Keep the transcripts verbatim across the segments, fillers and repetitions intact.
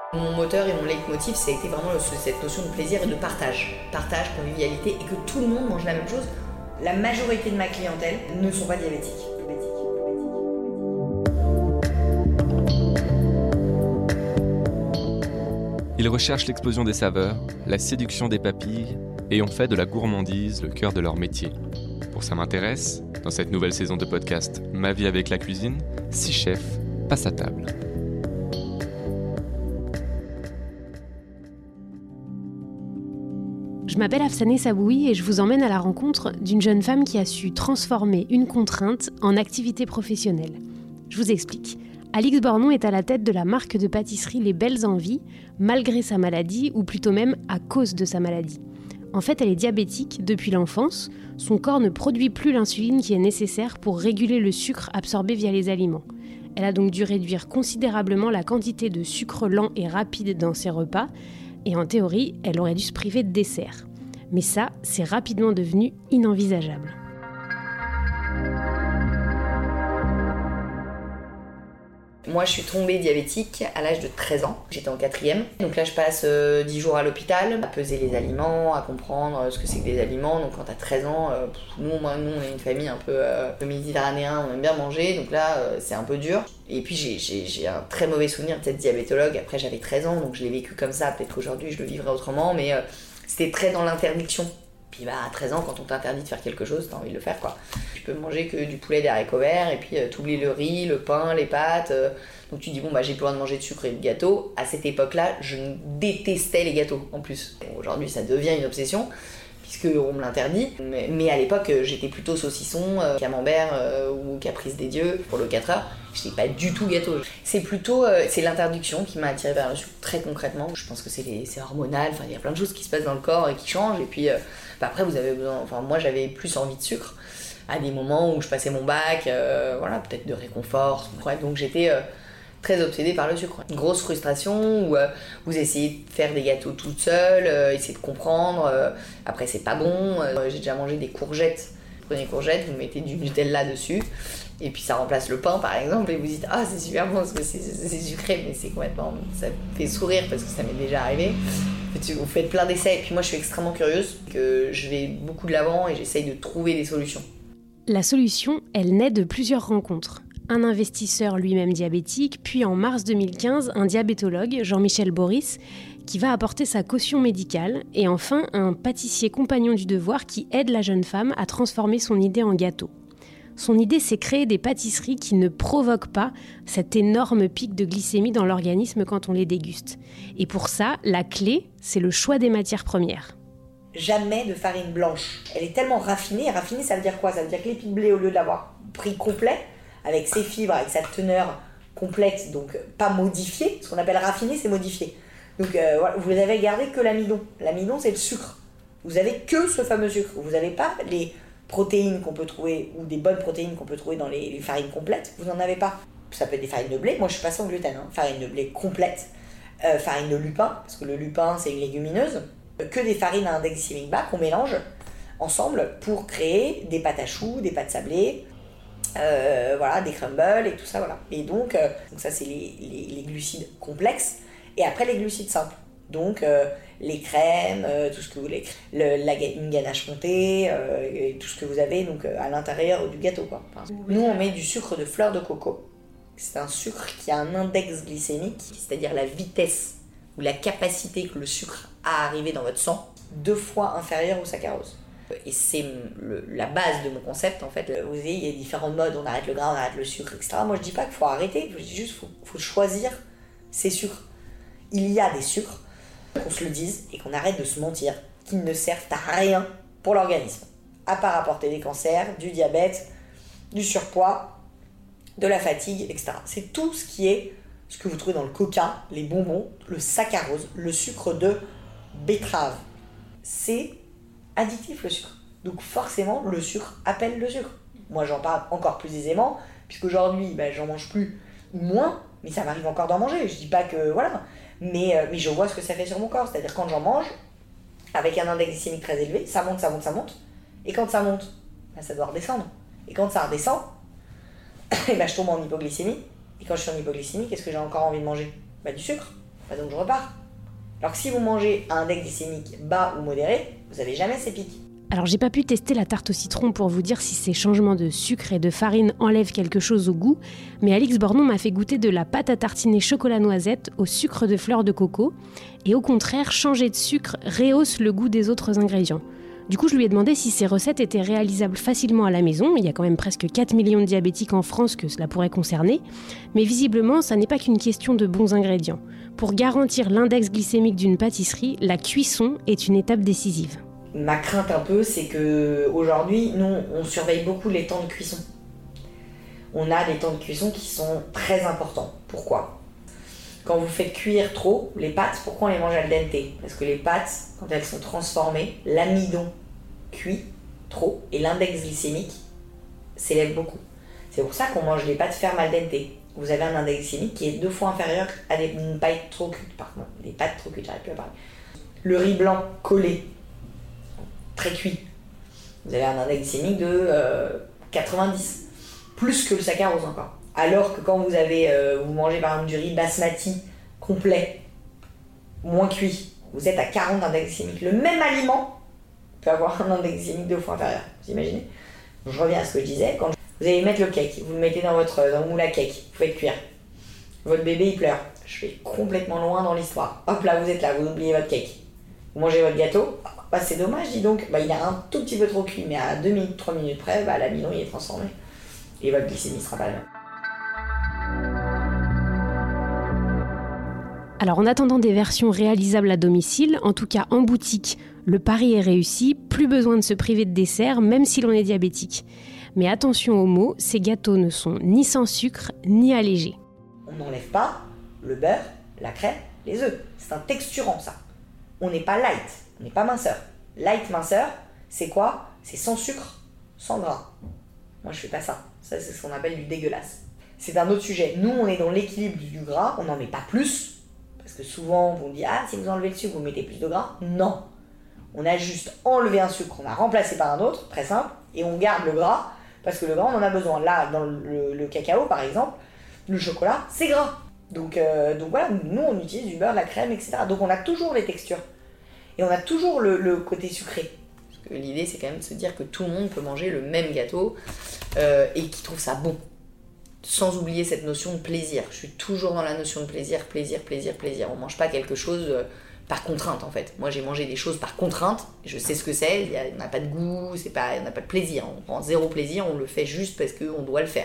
Mon moteur et mon leitmotiv, ça a été vraiment le, cette notion de plaisir et de partage. Partage, convivialité, et que tout le monde mange la même chose. La majorité de ma clientèle ne sont pas diabétiques. Ils recherchent l'explosion des saveurs, la séduction des papilles, et ont fait de la gourmandise le cœur de leur métier. Pour Ça m'intéresse, dans cette nouvelle saison de podcast Ma vie avec la cuisine, six chefs passent à table. Je m'appelle Afsaneh Saboui et je vous emmène à la rencontre d'une jeune femme qui a su transformer une contrainte en activité professionnelle. Je vous explique. Alix Bornon est à la tête de la marque de pâtisserie Les Belles Envies, malgré sa maladie, ou plutôt même à cause de sa maladie. En fait, elle est diabétique depuis l'enfance. Son corps ne produit plus l'insuline qui est nécessaire pour réguler le sucre absorbé via les aliments. Elle a donc dû réduire considérablement la quantité de sucre lent et rapide dans ses repas. Et en théorie, elle aurait dû se priver de dessert. Mais ça, c'est rapidement devenu inenvisageable. Moi, je suis tombée diabétique à l'âge de treize ans. J'étais en quatrième. Donc là, je passe euh, dix jours à l'hôpital, à peser les aliments, à comprendre euh, ce que c'est que des aliments. Donc quand t'as treize ans, euh, pff, nous, moi, nous, on est une famille un peu euh, méditerranéen, on aime bien manger. Donc là, euh, c'est un peu dur. Et puis, j'ai, j'ai, j'ai un très mauvais souvenir de cette diabétologue. Après, j'avais treize ans, donc je l'ai vécu comme ça. Peut-être qu'aujourd'hui, je le vivrai autrement. Mais euh, c'était très dans l'interdiction. Puis bah, à treize ans, quand on t'interdit de faire quelque chose, t'as envie de le faire, quoi. Tu peux manger que du poulet, des haricots verts, et puis euh, t'oublies le riz, le pain, les pâtes. Euh, donc tu dis, bon, bah j'ai plus besoin de manger de sucre et de gâteaux. À cette époque-là, je détestais les gâteaux, en plus. Bon, aujourd'hui, ça devient une obsession, puisqu'on me l'interdit. Mais, mais à l'époque, j'étais plutôt saucisson, euh, camembert euh, ou caprice des dieux pour le quatre heures. J'étais pas du tout gâteau. C'est plutôt euh, c'est l'interdiction qui m'a attirée vers le sucre, très concrètement. Je pense que c'est, les, c'est hormonal, enfin il y a plein de choses qui se passent dans le corps et qui changent. Et puis euh, bah, après, vous avez besoin. Enfin, moi j'avais plus envie de sucre à des moments où je passais mon bac, euh, voilà, peut-être de réconfort. Ouais, donc j'étais euh, très obsédée par le sucre. Une grosse frustration où euh, vous essayez de faire des gâteaux toute seule, euh, essayez de comprendre. Euh, après, c'est pas bon. Euh, j'ai déjà mangé des courgettes. Vous prenez des courgettes, vous mettez du Nutella dessus. Et puis ça remplace le pain par exemple, et vous dites ah c'est super bon parce que c'est, c'est, c'est sucré, mais c'est complètement. Ça fait sourire parce que ça m'est déjà arrivé. Vous faites plein d'essais, et puis moi je suis extrêmement curieuse, que je vais beaucoup de l'avant et j'essaye de trouver des solutions. La solution, elle naît de plusieurs rencontres. Un investisseur lui-même diabétique, puis en mars deux mille quinze, un diabétologue, Jean-Michel Boris, qui va apporter sa caution médicale, et enfin un pâtissier compagnon du devoir qui aide la jeune femme à transformer son idée en gâteau. Son idée, c'est créer des pâtisseries qui ne provoquent pas cet énorme pic de glycémie dans l'organisme quand on les déguste. Et pour ça, la clé, c'est le choix des matières premières. Jamais de farine blanche. Elle est tellement raffinée. Et raffinée, ça veut dire quoi ? Ça veut dire que l'épi de blé, au lieu de l'avoir pris complet, avec ses fibres, avec sa teneur complète, donc pas modifiée, ce qu'on appelle raffiné, c'est modifié. Donc euh, voilà, vous n'avez gardé que l'amidon. L'amidon, c'est le sucre. Vous avez que ce fameux sucre. Vous n'avez pas les protéines qu'on peut trouver, ou des bonnes protéines qu'on peut trouver dans les, les farines complètes, vous n'en avez pas. Ça peut être des farines de blé, moi je suis pas sans gluten, hein. Farine de blé complète, euh, farine de lupin, parce que le lupin c'est une légumineuse, que des farines à index glycémique bas qu'on mélange ensemble pour créer des pâtes à choux, des pâtes sablées, euh, voilà, des crumbles et tout ça, voilà. Et donc, euh, donc ça c'est les, les, les glucides complexes, et après les glucides simples. Donc euh, les crèmes, euh, tout ce que vous voulez, le, la, une ganache montée, euh, et tout ce que vous avez donc, euh, à l'intérieur du gâteau, quoi. Enfin, nous on met du sucre de fleur de coco. C'est un sucre qui a un index glycémique, c'est-à-dire la vitesse ou la capacité que le sucre a à arriver dans votre sang, deux fois inférieure au saccharose. Et c'est le, la base de mon concept en fait. Vous voyez, il y a différents modes, on arrête le gras, on arrête le sucre, et cetera. Moi je dis pas qu'il faut arrêter, je dis juste qu'il faut, faut choisir ses sucres. Il y a des sucres, qu'on se le dise et qu'on arrête de se mentir, qui ne servent à rien pour l'organisme, à part apporter des cancers, du diabète, du surpoids, de la fatigue, et cetera. C'est tout ce qui est ce que vous trouvez dans le coca, les bonbons, le saccharose, le sucre de betterave. C'est addictif le sucre. Donc forcément, le sucre appelle le sucre. Moi j'en parle encore plus aisément, puisqu'aujourd'hui ben, j'en mange plus ou moins, mais ça m'arrive encore d'en manger. Je dis pas que voilà. Mais, euh, mais je vois ce que ça fait sur mon corps, c'est-à-dire quand j'en mange, avec un index glycémique très élevé, ça monte, ça monte, ça monte, et quand ça monte, bah, ça doit redescendre. Et quand ça redescend, et bah, je tombe en hypoglycémie, et quand je suis en hypoglycémie, qu'est-ce que j'ai encore envie de manger ? Bah du sucre. bah donc je repars. Alors que si vous mangez à un index glycémique bas ou modéré, vous n'avez jamais ces pics. Alors j'ai pas pu tester la tarte au citron pour vous dire si ces changements de sucre et de farine enlèvent quelque chose au goût, mais Alix Bornon m'a fait goûter de la pâte à tartiner chocolat noisette au sucre de fleur de coco, et au contraire, changer de sucre rehausse le goût des autres ingrédients. Du coup, je lui ai demandé si ces recettes étaient réalisables facilement à la maison. Il y a quand même presque quatre millions de diabétiques en France que cela pourrait concerner. Mais visiblement, ça n'est pas qu'une question de bons ingrédients. Pour garantir l'index glycémique d'une pâtisserie, la cuisson est une étape décisive. Ma crainte un peu, c'est qu'aujourd'hui, nous, on surveille beaucoup les temps de cuisson. On a des temps de cuisson qui sont très importants. Pourquoi ? Quand vous faites cuire trop les pâtes, pourquoi on les mange al dente ? Parce que les pâtes, quand elles sont transformées, l'amidon cuit trop et l'index glycémique s'élève beaucoup. C'est pour ça qu'on mange les pâtes fermes al dente. Vous avez un index glycémique qui est deux fois inférieur à des pâtes trop cuites, pardon, des pâtes trop cuites, j'arrive plus à parler. Le riz blanc collé, très cuit, vous avez un index glycémique de euh, quatre-vingt-dix, plus que le saccharose encore. Alors que quand vous avez, euh, vous mangez par exemple du riz basmati complet, moins cuit, vous êtes à quarante d'index glycémique. Le même aliment peut avoir un index glycémique deux fois inférieur. Vous imaginez ? Donc, je reviens à ce que je disais. Quand vous allez mettre le cake, vous le mettez dans votre dans le moule à cake, vous faites cuire. Votre bébé il pleure. Je vais complètement loin dans l'histoire. Hop là, vous êtes là, vous oubliez votre cake. Vous mangez votre gâteau. Bah, c'est dommage, dis donc. Bah, il est un tout petit peu trop cuit, mais à deux minutes, trois minutes près, bah, l'amidon il est transformé. Et votre glycémie sera pas la même. Alors en attendant des versions réalisables à domicile, en tout cas en boutique, le pari est réussi, plus besoin de se priver de dessert même si l'on est diabétique. Mais attention aux mots, ces gâteaux ne sont ni sans sucre ni allégés. On n'enlève pas le beurre, la crème, les œufs. C'est un texturant ça. On n'est pas light, on n'est pas minceur. Light minceur, c'est quoi ? C'est sans sucre, sans gras. Moi je fais pas ça, ça c'est ce qu'on appelle du dégueulasse. C'est un autre sujet. Nous on est dans l'équilibre du gras, on n'en met pas plus. Parce que souvent, on dit « Ah, si vous enlevez le sucre, vous mettez plus de gras ?» Non. On a juste enlevé un sucre qu'on a remplacé par un autre, très simple, et on garde le gras, parce que le gras, on en a besoin. Là, dans le, le cacao, par exemple, le chocolat, c'est gras. Donc, euh, donc voilà, nous, on utilise du beurre, de la crème, et cetera. Donc on a toujours les textures. Et on a toujours le, le côté sucré. Parce que l'idée, c'est quand même de se dire que tout le monde peut manger le même gâteau euh, et qu'il trouve ça bon. Sans oublier cette notion de plaisir. Je suis toujours dans la notion de plaisir, plaisir, plaisir, plaisir. On ne mange pas quelque chose euh, par contrainte en fait. Moi j'ai mangé des choses par contrainte, je sais ce que c'est, on n'a pas de goût, c'est pas, on n'a pas de plaisir. On prend zéro plaisir, on le fait juste parce qu'on doit le faire.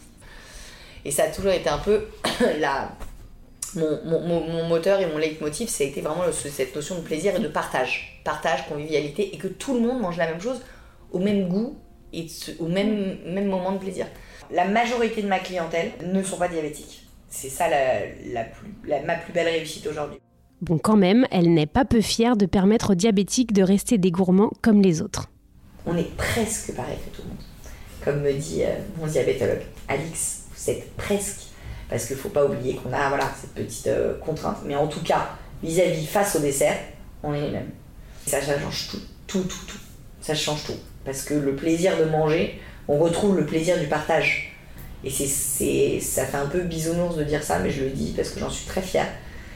Et ça a toujours été un peu la... mon, mon, mon moteur et mon leitmotiv, ça a été vraiment le, cette notion de plaisir et de partage. Partage, convivialité, et que tout le monde mange la même chose au même goût et au même, même moment de plaisir. La majorité de ma clientèle ne sont pas diabétiques. C'est ça la, la plus, la, ma plus belle réussite aujourd'hui. Bon, quand même, elle n'est pas peu fière de permettre aux diabétiques de rester des gourmands comme les autres. On est presque pareil que tout le monde. Comme me dit euh, mon diabétologue, Alix, vous êtes presque. Parce qu'il ne faut pas oublier qu'on a voilà, cette petite euh, contrainte. Mais en tout cas, vis-à-vis, face au dessert, on est les mêmes. Ça, ça change tout, tout, tout, tout. Ça change tout. Parce que le plaisir de manger, on retrouve le plaisir du partage. Et c'est, c'est, ça fait un peu bisounours de dire ça, mais je le dis parce que j'en suis très fière.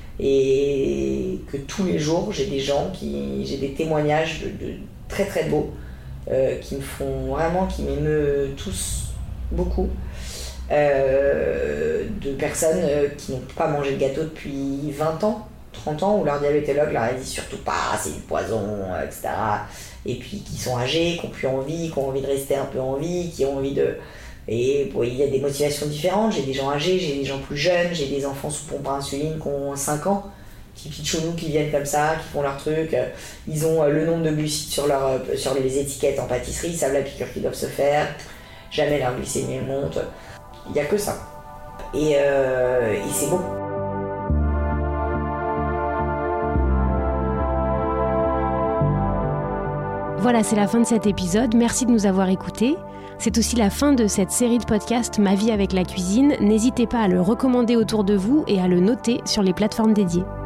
Et que tous les jours, j'ai des gens, qui, j'ai des témoignages de, de très très beaux, euh, qui me font vraiment, qui m'émeut tous beaucoup. Euh, de personnes euh, qui n'ont pas mangé de gâteau depuis vingt ans, trente ans, où leur diabétologue leur a dit surtout pas, c'est du poison, et cetera. Et puis qui sont âgés, qui n'ont plus envie, qui ont envie de rester un peu en vie, qui ont envie de... Et bon, il y a des motivations différentes, j'ai des gens âgés, j'ai des gens plus jeunes, j'ai des enfants sous pompe à insuline qui ont cinq ans, qui pitchounou, qui viennent comme ça, qui font leur truc, ils ont le nombre de glucides sur, leur, sur les étiquettes en pâtisserie, ils savent la piqûre qu'ils doivent se faire, jamais leur glycémie monte, il n'y a que ça. Et, euh, et c'est beau. Voilà, c'est la fin de cet épisode. Merci de nous avoir écoutés. C'est aussi la fin de cette série de podcasts Ma vie avec la cuisine. N'hésitez pas à le recommander autour de vous et à le noter sur les plateformes dédiées.